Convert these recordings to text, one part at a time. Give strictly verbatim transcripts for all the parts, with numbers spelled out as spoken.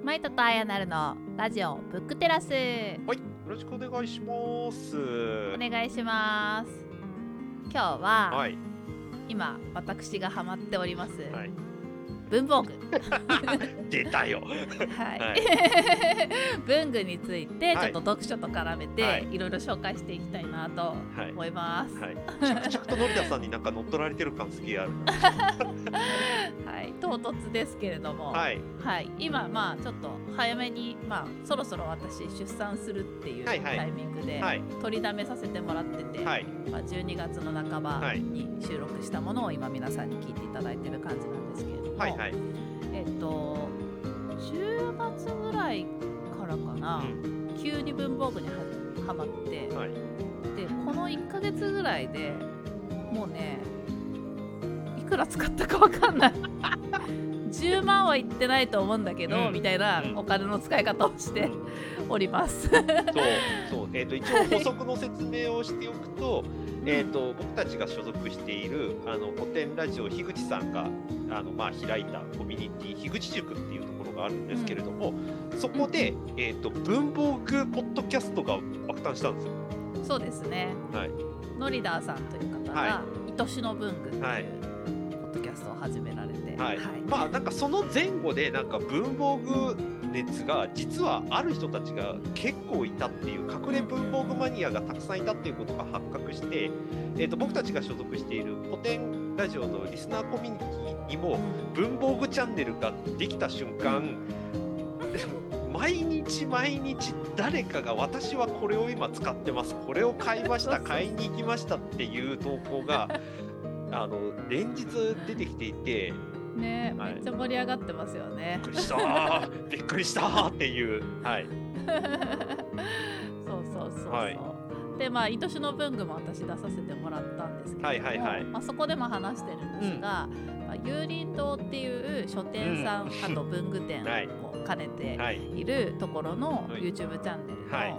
マイトとアヤナルのラジオブックテラス。はい、 よろしくお願いします。 お願いします。今日は、 はい、 今私がハマっております、 はい、 文房具出たよはい、 はい、 文具についてちょっとは読書と絡めて、 はい、 いろいろ紹介していきたいなと思います、 はいはい、着々とのりださんになんか乗っ取られてる感すげえあるはい、唐突ですけれども、 はいはい、今まあちょっと早めに、まあ、そろそろ私出産するっていうタイミングで取りだめさせてもらってて、はい、まあ、じゅうにがつの半ばに収録したものを今皆さんに聞いていただいてる感じなんですけれども、はいはい、えっとじゅうがつぐらいからかな、うん、急に文房具に は, はまって、はい、でこのいっかげつぐらいでもうねいくら使ったか分かんないじゅうまんはいってないと思うんだけど、うん、みたいなお金の使い方をしておりますそうそう、えー、と一応補足の説明をしておくとえー、と僕たちが所属しているあの古典ラジオ樋口さんがあの、まあ、開いたコミュニティ樋口塾っていうところがあるんですけれども、うん、そこで、えー、と文房具ポッドキャストが爆誕したんですよ。 そうですね、はい、ノリダーさんという方が、はい、愛しの文具っていう、はい、ポッドキャストを始められて、 はいはい、まあなんかその前後でなんか文房具熱が実はある人たちが結構いたっていう隠れ文房具マニアがたくさんいたっていうことが発覚して、えー、と僕たちが所属している古典ラジオのリスナーコミュニティにも文房具チャンネルができた瞬間毎日毎日誰かが私はこれを今使ってますこれを買いました買いに行きましたっていう投稿があの連日出てきていてね、はい、めっちゃ盛り上がってますよね。 びっくりしたびっくりしたっていう、はい、 そうそうそうそう、はい、でまあ愛しの文具も私出させてもらったんですけども、はいはいはい、まあ、そこでも話してるんですが、うんまあ、有林堂っていう書店さん、うん、あと文具店を兼ねているところの YouTube チャンネルの、はいはい、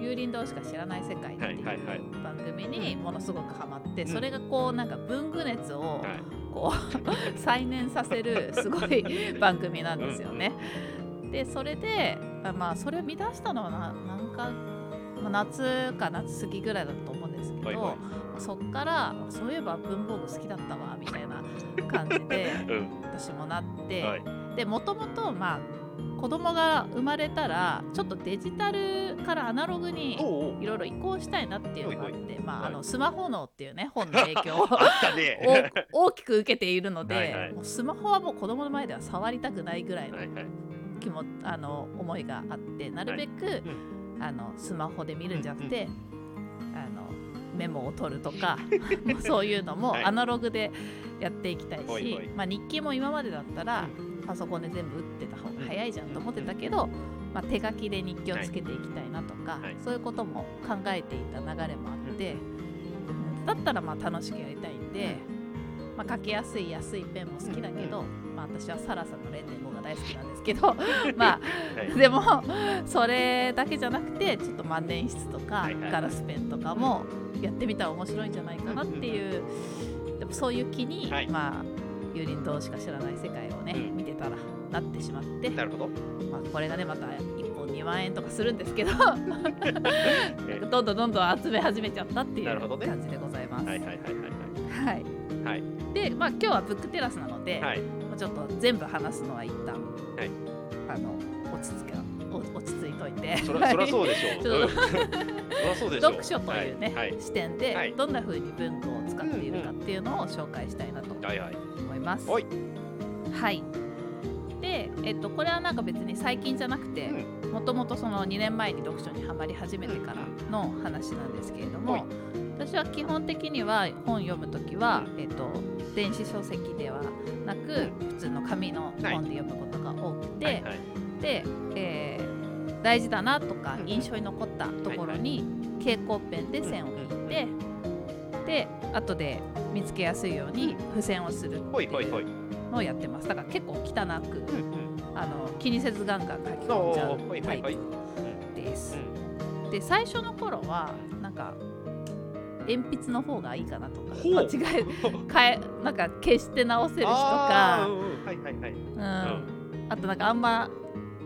有林堂しか知らない世界っていう番組にものすごくハマって、それがこうなんか文具熱をこう再燃させるすごい番組なんですよね。でそれでまあそれを見出したのはななんか、まあ、夏か夏過ぎぐらいだと思うんですけど、はいはい、そっからそういえば文房具好きだったわみたいな感じで私もなって、はい、でもともとまあ子供が生まれたらちょっとデジタルからアナログにいろいろ移行したいなっていうのがあって、まあ、あのスマホ脳っていうね本の影響を大きく受けているので、はいはい、もうスマホはもう子供の前では触りたくないぐらいの気もあの思いがあって、なるべく、はい、あのスマホで見るんじゃなくて、うん、あのメモを取るとかそういうのもアナログでやっていきたいし、はい、まあ、日記も今までだったら、うんパソコンで全部打ってた方が早いじゃんと思ってたけど、まあ、手書きで日記をつけていきたいなとか、はい、そういうことも考えていた流れもあって、うん、だったらまあ楽しくやりたいんで、まあ、書きやすい安いペンも好きだけど、まあ、私はサラさんの れいてんご が大好きなんですけどまあ、はい、でもそれだけじゃなくてちょっと万年筆とかガラスペンとかもやってみたら面白いんじゃないかなっていう、でもそういう気に、はい、まあ有林堂しか知らない世界をね、うん、見てたらなってしまって、なるほど、まあ、これがねまたいっぽんにまんえんとかするんですけどどんどんどんどん集め始めちゃったっていう感じでございます。はいはいはいはいはい、はい、でまあ今日はブックテラスなので、はい、ちょっと全部話すのは一旦、はい、あの落ち着け落ち着いといてそりゃそうでしょう読書というね、はい、視点で、はい、どんな風に文具を使っているかっていうのを紹介したいなと思います。はい、はい、で、えっと、これはなんか別に最近じゃなくてもともとそのにねんまえに読書にハマり始めてからの話なんですけれども、はい、私は基本的には本読むときは、えっと、電子書籍ではなく普通の紙の本で読むことが多くて、はいはいはい、で、えー、大事だなとか印象に残ったところに蛍光ペンで線を引いて、で後で見つけやすいように付箋をするっていうのをやってます。だから結構汚く、あの気にせずガンガン書き込んじゃうタイプです。で最初の頃はなんか鉛筆の方がいいかなとか間違え変えなんか消して直せるしとか、あとなんかあんま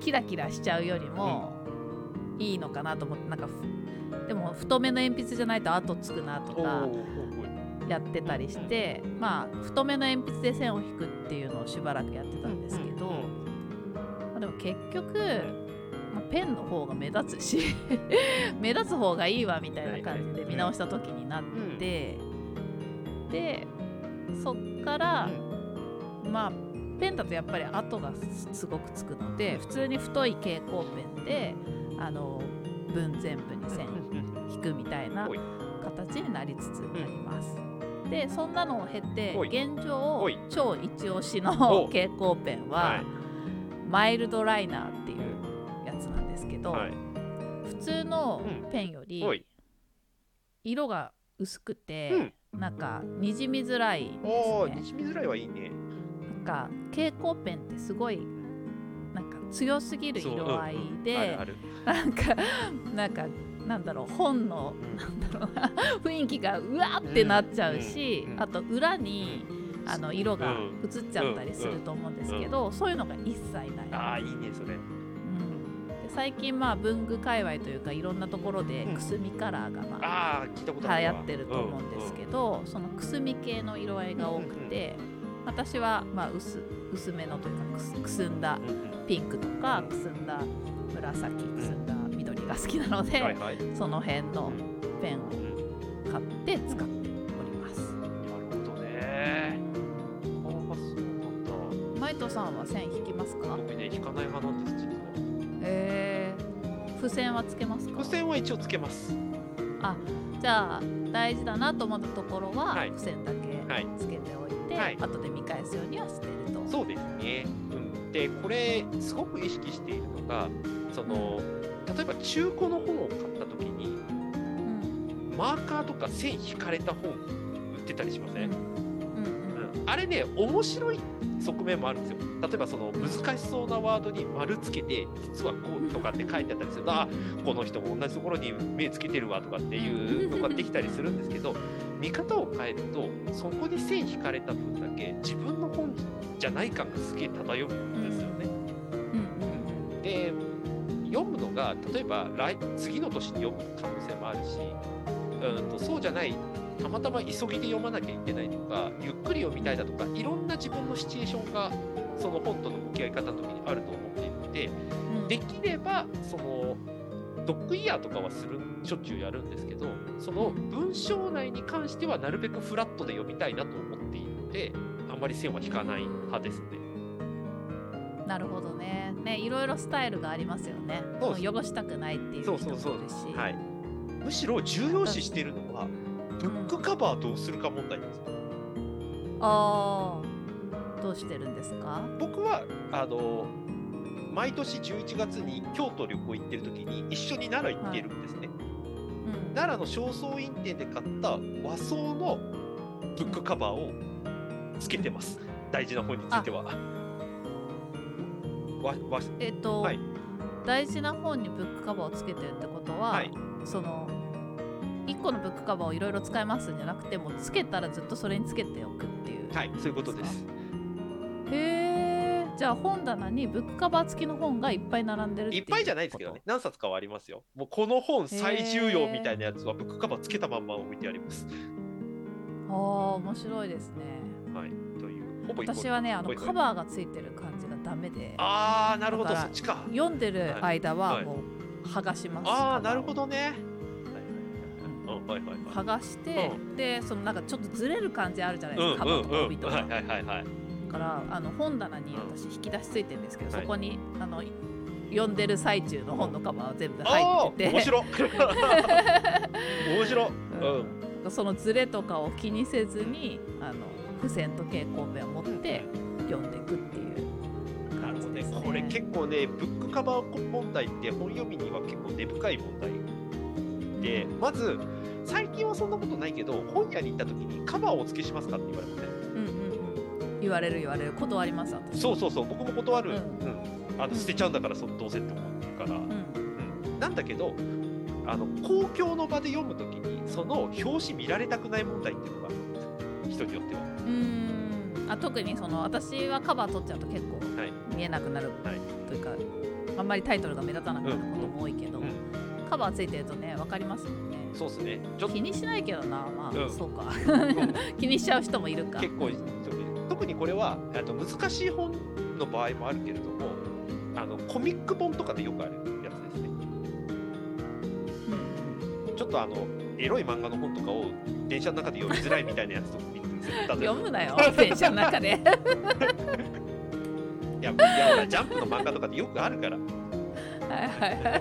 キラキラしちゃうよりもいいのかなと思って、なんかでも太めの鉛筆じゃないと後つくなとかやってたりして、まあ太めの鉛筆で線を引くっていうのをしばらくやってたんですけど、まあ、でも結局、まあ、ペンの方が目立つし目立つ方がいいわみたいな感じで見直した時になって、でそっからまあペンだとやっぱり跡がすごくつくので、普通に太い蛍光ペンであの文全部に線引くみたいな形になりつつあります。でそんなのを経て現状超一押しの蛍光ペンはマイルドライナーっていうやつなんですけど、はい、普通のペンより色が薄くて、うん、なんかにじみづらいですね。 にじみづらいはいいね。 なんか蛍光ペンってすごいなんか強すぎる色合いで、なんかなんかなんだろう本のなんだろうな雰囲気がうわってなっちゃうし、あと裏にあの色が映っちゃったりすると思うんですけど、そういうのが一切ない。 ああいいねそれ。うんで最近まあ文具界隈というかいろんなところでくすみカラーがまあ流行ってると思うんですけど、そのくすみ系の色合いが多くて、私はまあ 薄, 薄めのというかく す, くすんだピンクとかくすんだ紫くすんだ緑が好きなので、はいはい、その辺のペンを買って使っております。 なるほどね。ああそうなんだ。 マイトさんは線引きますか？ 僕ね引かない派なんです実は。 えー、付箋はつけますか？ 付箋は一応つけます。 あ、じゃあ大事だなと思ったところは、はい、付箋だけつけておいて、はい、後で見返すようにはしていると。 そうですね、うん、でこれすごく意識しているのがその、うん、例えば中古の本を買った時に、うん、マーカーとか線引かれた本売ってたりしません？うんうんうん、あれね面白い側面もあるんですよ。例えばその難しそうなワードに丸つけて実はこうとかって書いてあったりすると、あこの人も同じところに目つけてるわとかっていうのができたりするんですけど、見方を変えるとそこに線引かれた分だけ自分の本じゃない感がすげえ漂うんですよね。うん、で読むのが例えば来次の年に読む可能性もあるし、うんとそうじゃないたまたま急ぎで読まなきゃいけないとかゆっくり読みたいだとかいろんな自分のシチュエーションがその本との向き合い方の時にあると思っているので、うん、できればそのドッグイヤーとかはするしょっちゅうやるんですけど、その文章内に関してはなるべくフラットで読みたいなと思っているのであまり線は引かない派ですね。 なるほどね。ね、いろいろスタイルがありますよね。もう汚したくないっていう人もいるし、そうそうそう、はい、 むしろ重要視しているのはブックカバーどうするか問題なんですよ。 うん、ああ、どうしてるんですか？ 僕はあの毎年じゅういちがつに京都旅行行ってる時に一緒に奈良行ってるんですね。はい、うん、奈良の正倉院店で買った和装のブックカバーをつけてます。大事な本については。わわえっと、はい、大事な本にブックカバーをつけてるってことは、はい、そのいっこのブックカバーをいろいろ使いますんじゃなくてもつけたらずっとそれにつけておくっていう。 はい、そういうことです。 へー、じゃあ本棚にブックカバー付きの本がいっぱい並んでるっていうこと？ いっぱいじゃないですけどね、何冊かはありますよ。もうこの本最重要みたいなやつはブックカバーつけたまんま置いてあります。 あー、面白いですね。 はい、という私はね、あのカバーがついてる感じがダメで。 ああ、なるほど、そっちか。 読んでる間はもう剥がします。 はいはい、ああ、なるほどね。 剥がして、うん、でそのなんかちょっとずれる感じあるじゃないですか、カバーの帯とか。だからあの本棚に私引き出しついてるんですけど、うん、そこにあの読んでる最中の本のカバーは全部入ってて、 面白面白、 うん、そのずれとかを気にせずにあの付箋と蛍光ペンを持って読んでいくっていう感じですね。 なるほどね。これ結構ね、ブックカバー問題って本読みには結構根深い問題で、まず最近はそんなことないけど本屋に行った時にカバーをお付けしますかって言われて、うんうんうん、言われる言われる、断ります私。 そうそうそう、僕も断る、うんうん、あの捨てちゃうんだからそどうせって思うから、うんうん、なんだけどあの公共の場で読む時にその表紙見られたくない問題っていうのがあるんですよ、人によっては。 うーん、あ、特にその私はカバー取っちゃうと結構見えなくなるというか、はい、 あんまりタイトルが目立たなくなることも多いけど、うんうん、カバーついてるとね分かりますもんね。 そうですね。 気にしないけどな、まあ、うん、そうか気にしちゃう人もいるか。 結構特にこれはあと難しい本の場合もあるけれども、あのコミック本とかでよくあるやつですね、うん、ちょっとあのエロい漫画の本とかを電車の中で読みづらいみたいなやつとか読むなよ電車の中でいや、いやほらジャンプの漫画とかでよくあるからはいはいはい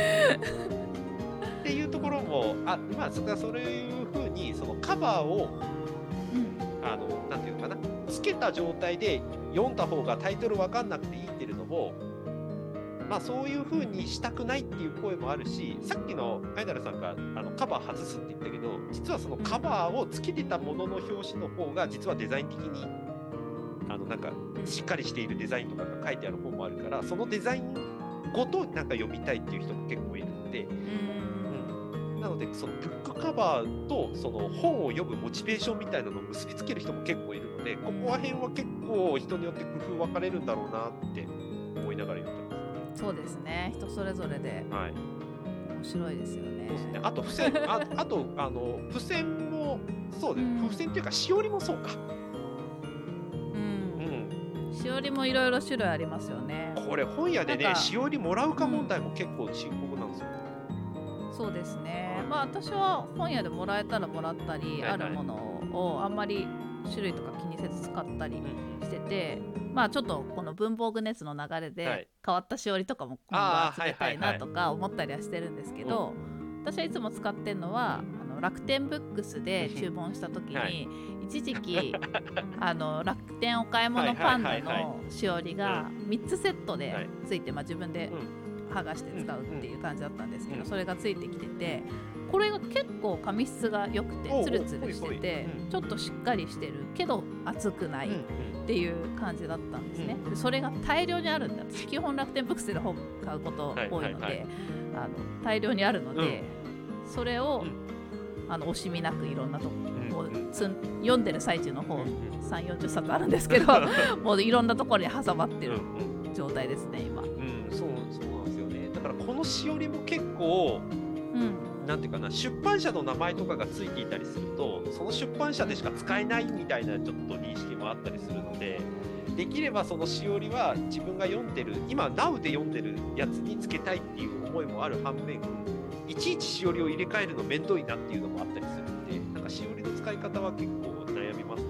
っていうところもあ、まあ、それはそういうふうにそのカバーを、うん、あのなんていうのかな、つけた状態で読んだ方がタイトル分かんなくていいっていうのも、まあ、そういう風にしたくないっていう声もあるし、さっきのアイナルさんがあのカバー外すって言ったけど、実はそのカバーをつけてたものの表紙の方が実はデザイン的にあのなんかしっかりしているデザインとかが書いてある本もあるから、そのデザインごとなんか読みたいっていう人も結構いるので、うん、なのでそのブックカバーとその本を読むモチベーションみたいなのを結びつける人も結構いるので、ここら辺は結構人によって工夫分かれるんだろうなって思いながら読んでます。 そうですね、人それぞれで面白いですよね。 そうですね。あと付箋 あ, あとあの付箋もそうです、うん、付箋っていうかしおりもそうか、 うんうん、しおりもいろいろ種類ありますよね。 これ本屋でねしおりもらうか問題も結構深刻なんですよ、 うん、そうですね、まあ私は本屋でもらえたらもらったり、はいはい、あるものをあんまり種類とか気にせず使ったりしてて、うん、まあちょっとこの文房具熱の流れで変わったしおりとかも今度集めたいなとか思ったりはしてるんですけど、私はいつも使ってるのはあの楽天ブックスで注文した時に、はい、一時期あの楽天お買い物パンダのしおりがみっつセットでついて、まあ、自分で剥がして使うっていう感じだったんですけど、それがついてきてて、これが結構紙質が良くてツルツルしててちょっとしっかりしてるけど厚くないっていう感じだったんですね。でそれが大量にあるんだ。私基本楽天ブックスで本買うこと多いので、あの大量にあるので、それをあの惜しみなくいろんなとこもうつん読んでる最中の本さんじゅうよんじゅっさつあるんですけどもういろんなところに挟まってる状態ですね今。うん、 そう、そうなんですよね。だからこのしおりも結構、うん、なんていうかな、出版社の名前とかがついていたりするとその出版社でしか使えないみたいなちょっと認識もあったりするので、できればそのしおりは自分が読んでる今 ナウ で読んでるやつにつけたいっていう思いもある反面、いちいちしおりを入れ替えるのめんどいなっていうのもあったりするんで、なんかしおりの使い方は結構悩みますね。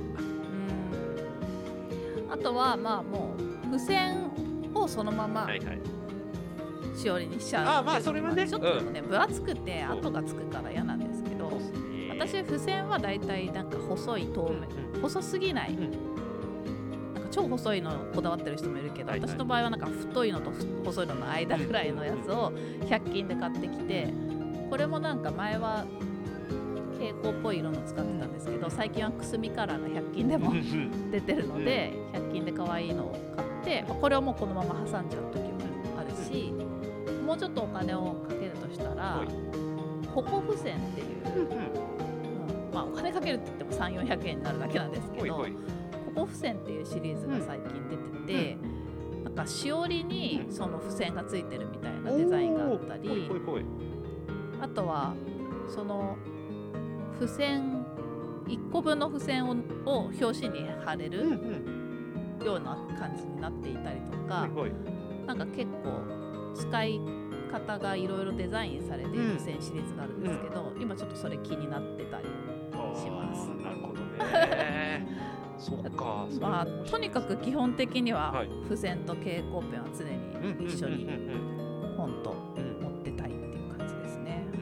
うん、あとはまあもう付箋をそのまましおりにしちゃう、はいはい、あまあそれはねちょっとね、うん、分厚くて跡がつくから嫌なんですけど、私付箋はだいたいなんか細い透明、うんうん、細すぎない、うん、超細いのこだわってる人もいるけど、はいはい、私の場合はなんか太いのと細いのの間ぐらいのやつをひゃく均で買ってきて、これもなんか前は蛍光っぽい色の使ってたんですけど、最近はくすみカラーがひゃく均でも出てるのでひゃく均で可愛いのを買って、これをもうこのまま挟んじゃう時もあるし、もうちょっとお金をかけるとしたらココ付箋っていう、うんまあ、お金かけるって言ってもさんびゃくよんひゃくえんになるだけなんですけど、ココ付箋っていうシリーズが最近出てて、うん、なんかしおりにその付箋がついてるみたいなデザインがあったり、あとはその付箋いっこぶんの付箋 を, を表紙に貼れるような感じになっていたりとか、なんか結構使い方がいろいろデザインされている付箋シリーズがあるんですけど、うん、今ちょっとそれ気になってたりします。 なるほどねそっか、 まあ、とにかく基本的には付箋と蛍光ペンは常に一緒に本と持ってたいっていう感じですね。 うん、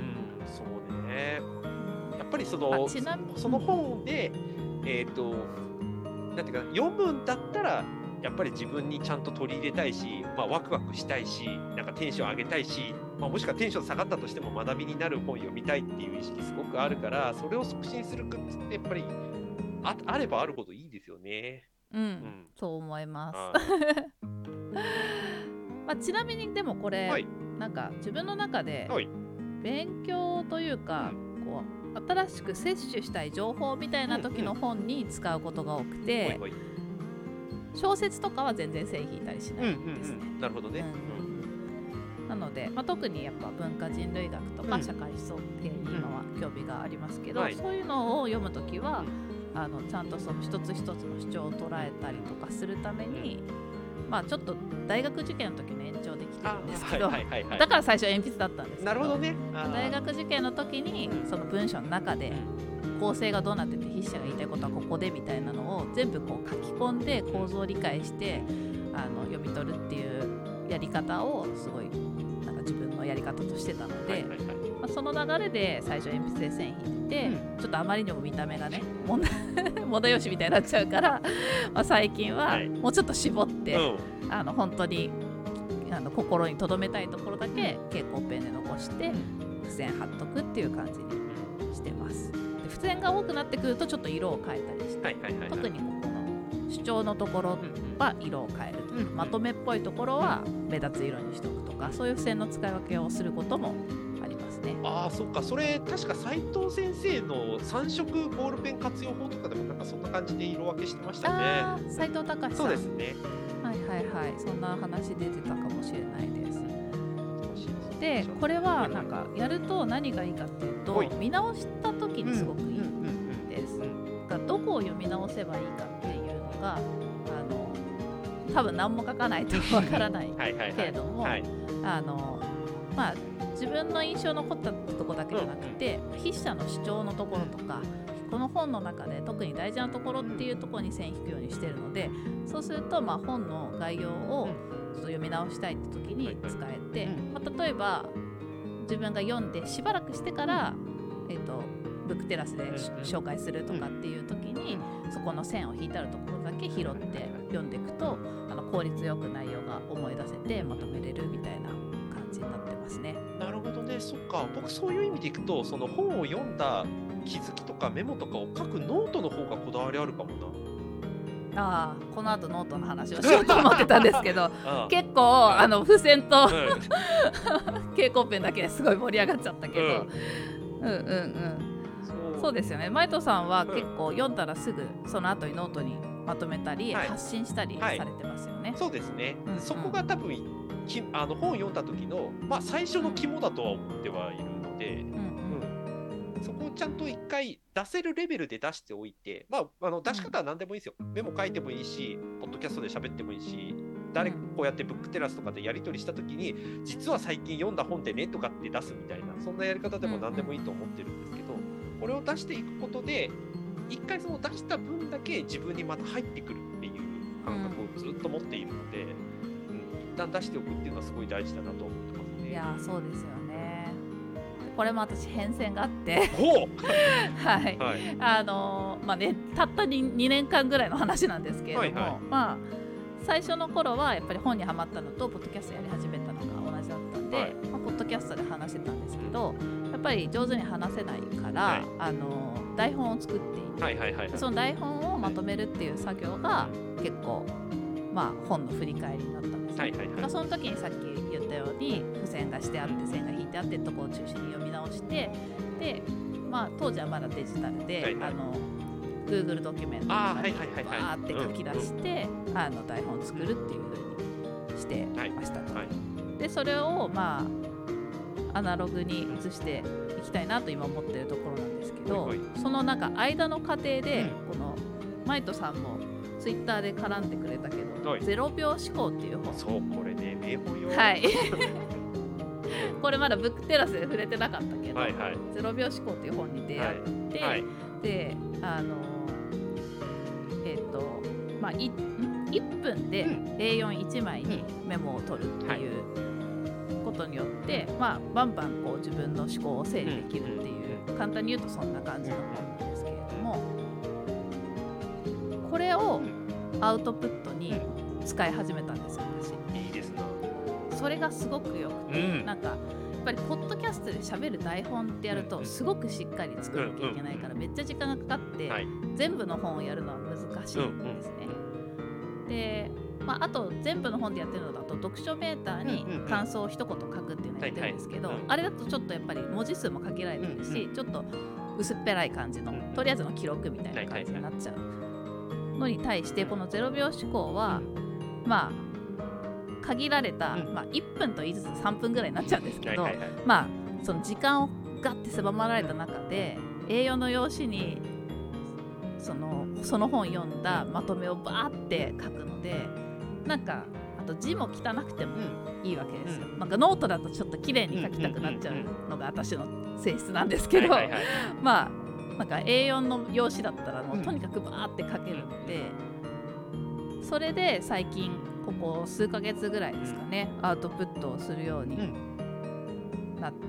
そうね。やっぱりそのその本で、えーと、なんていうか読むんだったらやっぱり自分にちゃんと取り入れたいし、まあ、ワクワクしたいし、なんかテンション上げたいし、まあ、もしくはテンション下がったとしても学びになる本読みたいっていう意識すごくあるから、それを促進するグッズってやっぱり あ, あればあるほどいいですよね。 うん、うん、そう思います。まあ、ちなみにでもこれ、はい、なんか自分の中で勉強というか、はい、こう新しく摂取したい情報みたいな時の本に使うことが多くて、うんうんうん、 小説とかは全然線引いたりしないですね、 うんうんうん、なるほどね、 うん、なので、まあ、特にやっぱ文化人類学とか社会思想って今は興味がありますけど、うん、そういうのを読むときは、うん、あのちゃんとその一つ一つの主張を捉えたりとかするために、うん、まあちょっと大学受験の時の延長できてるんですけど、はいはいはいはい、だから最初鉛筆だったんですけど、 なるほどね、 大学受験の時にその文章の中で構成がどうなってて筆者が言いたいことはここでみたいなのを全部こう書き込んで構造を理解してあの読み取るっていうやり方をすごいなんか自分のやり方としてたので、はいはいはい、まあ、その流れで最初鉛筆で線引いて、うん、ちょっとあまりにも見た目がね問題用紙みたいになっちゃうから、まあ、最近はもうちょっと絞って、はい、あの本当にあの心に留めたいところだけ蛍光ペンで残して付箋貼っとくっていう感じにしてます。付箋が多くなってくるとちょっと色を変えたりして、はいはいはいはい、特にここの主張のところは色を変えるとか、うんうん、まとめっぽいところは目立つ色にしておくとか、そういう付箋の使い分けをすることもありますね。 ああ、そっか。それ確か斉藤先生のさん色ボールペン活用法とかでもなんかそんな感じで色分けしてましたね。 あ、斉藤隆さん。 そうですね。 はいはいはい、そんな話出てたかもしれないです。でこれはなんかやると何がいいかっていうと、見直した時にすごくいいです。だからどこを読み直せばいいかっていうのがあの多分何も書かないとわからないけれども、あのまあ自分の印象残ったとこだけじゃなくて、筆者の主張のところとか、この本の中で特に大事なところっていうところに線引くようにしてるので、そうするとまあ本の概要をちょっと読み直したいって時に使えて、まあ、例えば自分が読んでしばらくしてから、えーと、ブックテラスで紹介するとかっていう時にそこの線を引いてあるところだけ拾って読んでいくと、あの効率よく内容が思い出せてまとめれるみたいな感じになってますね。 なるほどね。そっか。僕そういう意味でいくと、その本を読んだ気づきとかメモとかを書くノートの方がこだわりあるかもな。 ああ、この後ノートの話をしようと思ってたんですけど結構あの付箋と、うん、蛍光ペンだけですごい盛り上がっちゃったけど、うん、うんうんうんそうですよね。前戸さんは結構読んだらすぐその後にノートにまとめたり、はい、発信したりされてますよね、はい、 そうですね、うんうん、そこが多分きあの本を読んだ時の、まあ、最初の肝だとは思ってはいるので、うんうん、そこをちゃんと一回出せるレベルで出しておいて、まあ、あの出し方は何でもいいですよ。メモ書いてもいいし、ポッドキャストで喋ってもいいし、誰こうやってブックテラスとかでやり取りした時に、実は最近読んだ本でねとかって出すみたいな、そんなやり方でも何でもいいと思ってるんですけど、これを出していくことで一回その出した分だけ自分にまた入ってくるっていう感覚をずっと持っているので、うん、一旦出しておくっていうのはすごい大事だなと思ってますね。 いや、そうですよね。これも私変遷があってはい、はい、あのまあね、たったにねんかんぐらいの話なんですけれども、はいはい、まあ最初の頃はやっぱり本にハマったのとポッドキャストやり始めたのが同じだったんで、はい、まあ、ポッドキャストで話してたんですけど、やっぱり上手に話せないから、はい、あの台本を作っていて、はいはいはいはい、その台本をまとめるっていう作業が結構、まあ、本の振り返りになったんです、はいはいはい、その時にさっき言ったように付箋がしてあって線が引いてあってとこを中心に読み直して、で、まあ、当時はまだデジタルで、はいはい、あのGoogle ドキュメントとかにバーって書き出して、あの台本を作るっていう風にしてましたと、はいはい、でそれをまあアナログに移していきたいなと今思ってるところなんですけど、はいはい、そのなんか間の過程で、うん、このマイトさんもツイッターで絡んでくれたけど、はい、ゼロびょう思考っていう本、 そうこれね名本よ、 はいこれまだブックテラスで触れてなかったけど、はいはい、ゼロびょう思考っていう本に出会って、はいはい、であのえっ、ー、とまあいいっぷんで エーよんいち 枚にメモを取るっていうことによって、うん、まあバンバンこう自分の思考を整理できるっていう、うん、簡単に言うとそんな感じの本なんですけれども、これをアウトプットに使い始めたんですよ、私。 いいですな。 それがすごくよくて、うん、なんかやっぱりポッドキャストで喋る台本ってやるとすごくしっかり作らなきゃいけないからめっちゃ時間がかかって全部の本をやるのは難しいんですね。で、まあ、あと全部の本でやってるのだと読書メーターに感想を一言書くっていうのをやってるんですけど、あれだとちょっとやっぱり文字数も限られてるし、ちょっと薄っぺらい感じのとりあえずの記録みたいな感じになっちゃうのに対してこのゼロびょう思考は、うん、まあ限られた、うんまあ、いっぷんと言いつつさんぷんぐらいになっちゃうんですけど、はいはいはい、まあその時間をガッて狭まられた中で エーよん の用紙にその、その本読んだまとめをバーって書くので、なんかあと字も汚くてもいいわけですよ、うん、なんかノートだとちょっと綺麗に書きたくなっちゃうのが私の性質なんですけど、はいはいはい、まあなんか エーよん の用紙だったらもうとにかくバーって書けるので、それで最近ここ数ヶ月ぐらいですかね、アウトプットをするようになって、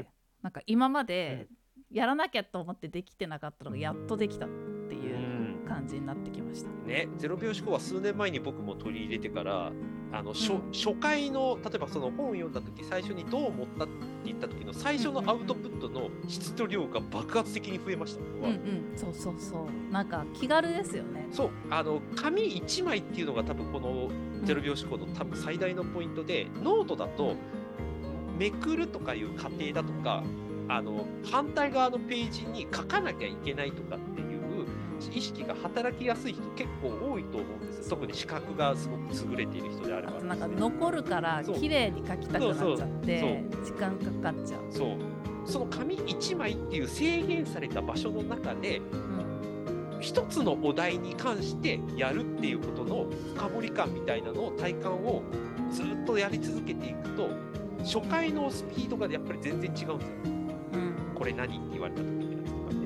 なんか今までやらなきゃと思ってできてなかったのがやっとできたっていう感じになってきました、 うん、ね。ゼロびょう思考は数年前に僕も取り入れてからあの 初, 初回の例えばその本を読んだ時最初にどう思ったって言った時の最初のアウトプットの質と量が爆発的に増えました。 うんうん、そうそうそう、なんか気軽ですよね。 そう、あの紙いちまいっていうのが多分このゼロびょう思考の多分最大のポイントで、うん、ノートだとめくるとかいう過程だとか、あの反対側のページに書かなきゃいけないとかっていう意識が働きやすい人結構多いと思うんですよ。特に視覚がすごく優れている人であれば、ね、 あとなんか残るから綺麗に書きたくなっちゃって時間かかっちゃう。 そうその紙いちまいっていう制限された場所の中で、うん、一つのお題に関してやるっていうことの深掘り感みたいなのを体感をずっとやり続けていくと初回のスピードがやっぱり全然違うんですよ、うん、これ何って言われた時に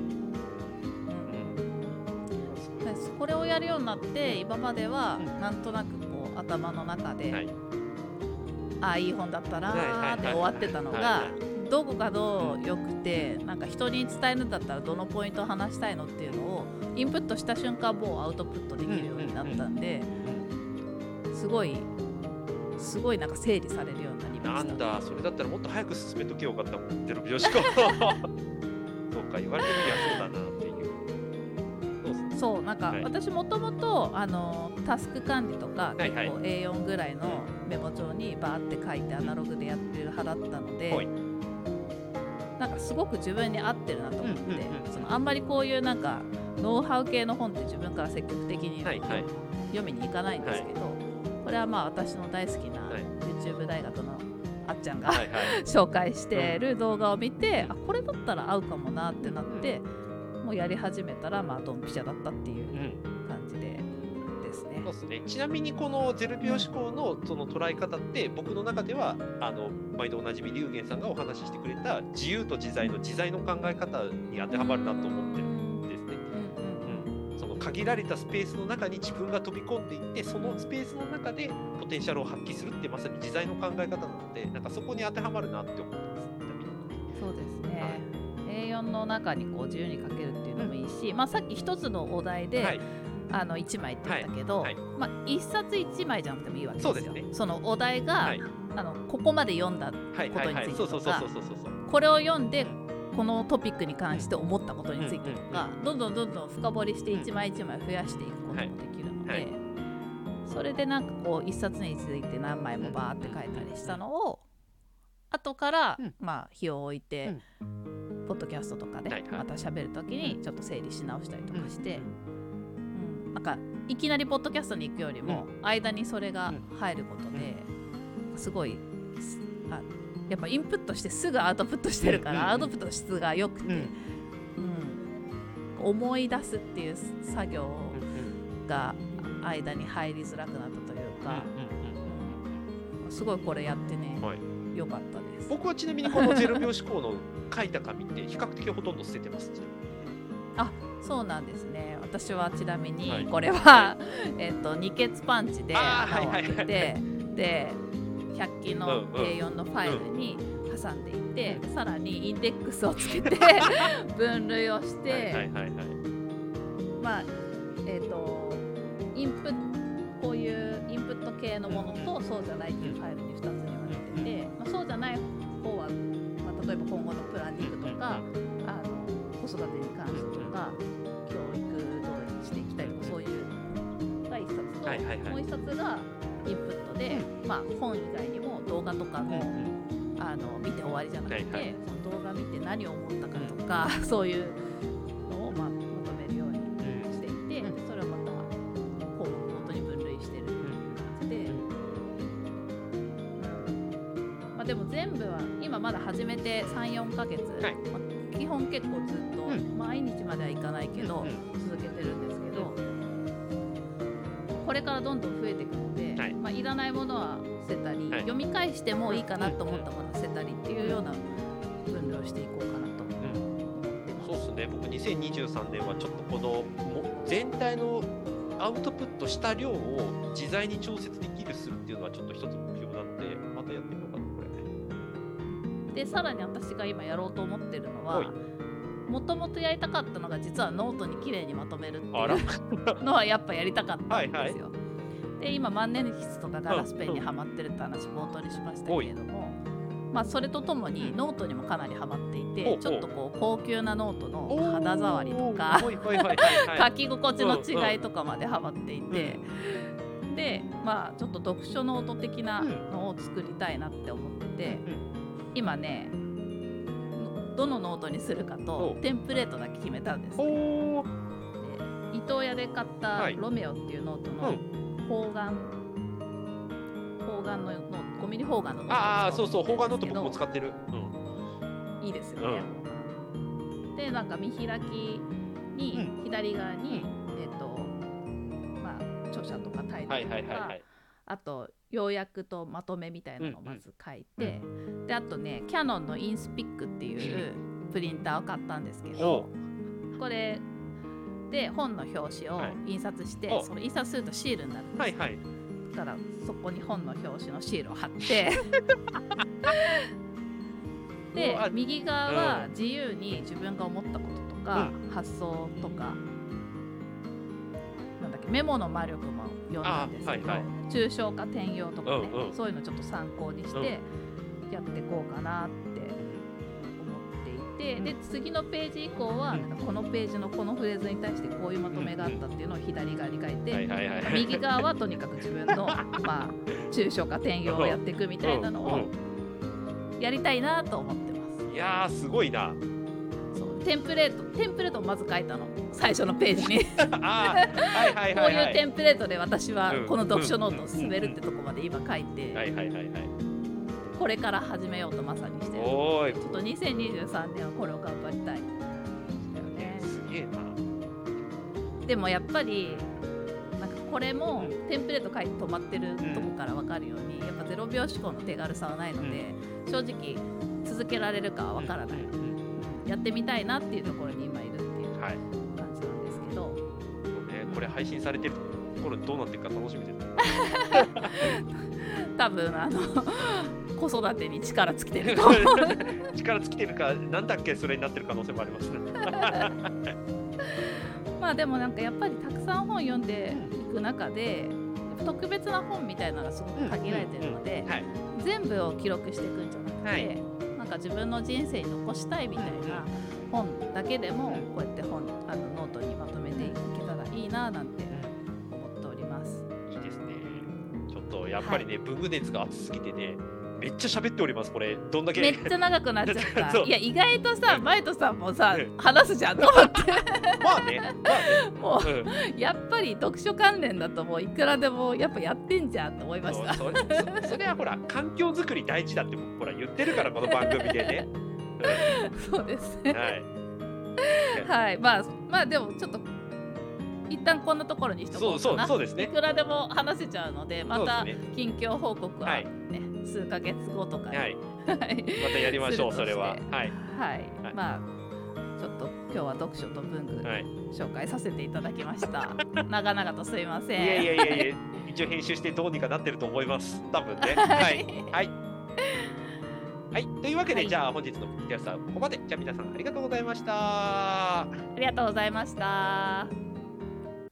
これをやるようになって今まではなんとなくこう頭の中で、はい、ああいい本だったなって終わってたのがどこかどうよくて、なんか人に伝えるんだったらどのポイントを話したいのっていうのをインプットした瞬間もうアウトプットできるようになったんで、すごいすごいなんか整理されるようになりました。 なんだそれだったらもっと早く進めとけよかったもん。ゼロびょう思考そうか言われてみりゃそうだなっていう。 そうなんか、はい、私もともとあのタスク管理とか、 はいはい、 結構 エーよん ぐらいのメモ帳にバーって書いてアナログでやってる派だったので、はい、なんかすごく自分に合ってるなと思って、うんうんうん、そのあんまりこういうなんかノウハウ系の本って自分から積極的に、はいはい、読みに行かないんですけど、はい、これはまあ私の大好きな YouTube 大学のあっちゃんが、はいはい、紹介してる動画を見て、あこれだったら合うかもなってなって、うん、もうやり始めたらまあドンピシャだったっていう感じでですね。 そうですね。ちなみにこのゼロびょう思考のその捉え方って僕の中ではあの毎度おなじみ龍玄さんがお話ししてくれた自由と自在の自在の考え方に当てはまるなと思ってるんですね。うんうん、その限られたスペースの中に自分が飛び込んでいってそのスペースの中でポテンシャルを発揮するってまさに自在の考え方なので、なんかそこに当てはまるなって思ってます。 そうですね。はい、エーよん の中にこう自由に書けるっていうのもいいし、うんまあ、さっき一つのお題で、はい、あのいちまいって言ったけど、はいはいまあ、いっさついちまいじゃなくてもいいわけですよ。そうですね。そのお題が、はい、あのここまで読んだことについてとかこれを読んでこのトピックに関して思ったことについてとか、うん、どんどんどんどん深掘りしていちまいいちまい増やしていくこともできるので、はいはい、それでなんかこういっさつについて何枚もバーって書いたりしたのを後から、うんまあ、日を置いて、うん、ポッドキャストとかでまた喋るときにちょっと整理し直したりとかして、うんうん、なんかいきなりポッドキャストに行くよりも、うん、間にそれが入ることで、うん、すごいあやっぱインプットしてすぐアウトプットしてるから、うん、アウトプットの質が良くて、うんうん、思い出すっていう作業が間に入りづらくなったというか、うんうん、すごいこれやってね、はい良かったです。 僕はちなみにこのゼロびょう思考の書いた紙って比較的ほとんど捨ててます。 あ、そうなんですね。私はちなみにこれは、はい、えっと二欠パンチで穴を開けて、でひゃく均の エーよん のファイルに挟んでいて、うんうん、さらにインデックスをつけて分類をして、はいはいはいはい、まあえっとインプットこういうインプット系のものとそうじゃないっていうファイルにふたつに分けてて、まあ、そうじゃない方は、まあ、例えば今後のプランニングとかあの子育てに関してとか教育どうにしていきたいとかそういうがいっさつと、はいはいはい、もういっさつがインプットで、まあ、本以外にも動画とかも、うん、あの見て終わりじゃなくて、はいはい、その動画見て何を思ったかとか、うん、そういうのを、まあ、まとめるようにしていて、うん、それをまたまあ、でも全部は今まだ始めて さん,よん ヶ月、はい、まあ、基本結構ずっと、うん、毎日まではいかないけど、うんうん、続けてるんですけど、うん、これからどんどん増えていくので、はい、まあ、いらないものは捨てたり、はい、読み返してもいいかなと思ったものは捨てたりっていうような分類をしていこうかなと思ってます。 そうですね、僕にせんにじゅうさんねんはちょっとこの全体のアウトプットした量を自在に調節できるするっていうのはちょっと一つ目標なので、またやってみようかな、これ。 でさらに私が今やろうと思ってるのは、もともとやりたかったのが実はノートにきれいにまとめるっていうのはやっぱやりたかったんですよ。はいはい、で今万年筆とかガラスペンにはまってるって話冒頭にしましたけれども、まあ、それとともにノートにもかなりハマっていて、ちょっとこう高級なノートの肌触りとか書き心地の違いとかまでハマっていて、でまあちょっと読書ノート的なのを作りたいなって思ってて、今ねどのノートにするかとテンプレートだけ決めたんですね。で伊東屋で買ったロメオっていうノートの方眼方眼のノート、ごミリ方眼のノート、 ああそうそう、方眼ノート僕も使ってる、 うん、いいですよね、うん、でなんか見開きに左側に、うん、えっ、ー、とまあ著者とかタイトルとか、はいはいはいはい、あと要約とまとめみたいなのをまず書いて、うんうん、であとねキヤノンのインスピックっていうプリンターを買ったんですけど、これで本の表紙を印刷して、はい、その印刷するとシールになるんです、はいはい、だからそこに本の表紙のシールを貼ってで右側は自由に自分が思ったこととか、うん、発想とかなんだっけメモの魔力も読んだんですけど、はいはい、抽象化転用とかね、うんうん、そういうのちょっと参考にしてやっていこうかなってで次のページ以降はなんかこのページのこのフレーズに対してこういうまとめがあったっていうのを左側に書いて、右側はとにかく自分のまあ抽象化転用をやっていくみたいなのをやりたいなと思ってます。 いやーすごいな。 そうテンプレートテンプレートをまず書いたの、最初のページにこういうテンプレートで私はこの読書ノートを進めるってとこまで今書いて、これから始めようとまさにしてる。おーい、ちょっとにせんにじゅうさんねんはこれを頑張りたい、ね、 すげえな。 でもやっぱりなんかこれもテンプレート書いて止まってるとこから分かるように、やっぱゼロびょう思考の手軽さはないので、正直続けられるかは分からない、やってみたいなっていうところに今いるっていう感じなんですけど、はい、 ね、これ配信されてるところどうなっていくか楽しみです多分あの子育てに力尽きてると思う力尽きてるか、なんだっけそれになってる可能性もありますねまあでもなんかやっぱりたくさん本読んでいく中で特別な本みたいなのがすごく限られてるので、うんうんうん、はい、全部を記録していくんじゃなくて、はい、なんか自分の人生に残したいみたいな本だけでもこうやって本あのノートにまとめていけたらいいななんて思っております。 いいですね。ちょっとやっぱりね、はい、文具熱が熱すぎてね、めっちゃ喋っております。これどんだけめっちゃ長くなっちゃったいや意外とさマイトさんもさ、うん、話すじゃんと思ってまあね、まあねもう、うん、やっぱり読書関連だともういくらでもやっぱやってんじゃんと思いました。 そ, そ, それはほら環境づくり大事だってほら言ってるからこの番組でね、 うん、そうですね、はい、はい、まあまあでもちょっと一旦こんなところにしとこうかな。 そうそうそうですね。 いくらでも話せちゃうので、また近況報告はね、はい、数ヶ月後とかに、はい、 またやりましょうそれは。はい、 はいはい、まあちょっと今日は読書と文具、はい、紹介させていただきました。長々とすいません。 いやいやいやいや、一応編集してどうにかなってると思います。多分ね。はいはいはい、というわけで、はい、じゃあ本日のピッチャーさんここまで。じゃあ皆さんありがとうございました。 ありがとうございました。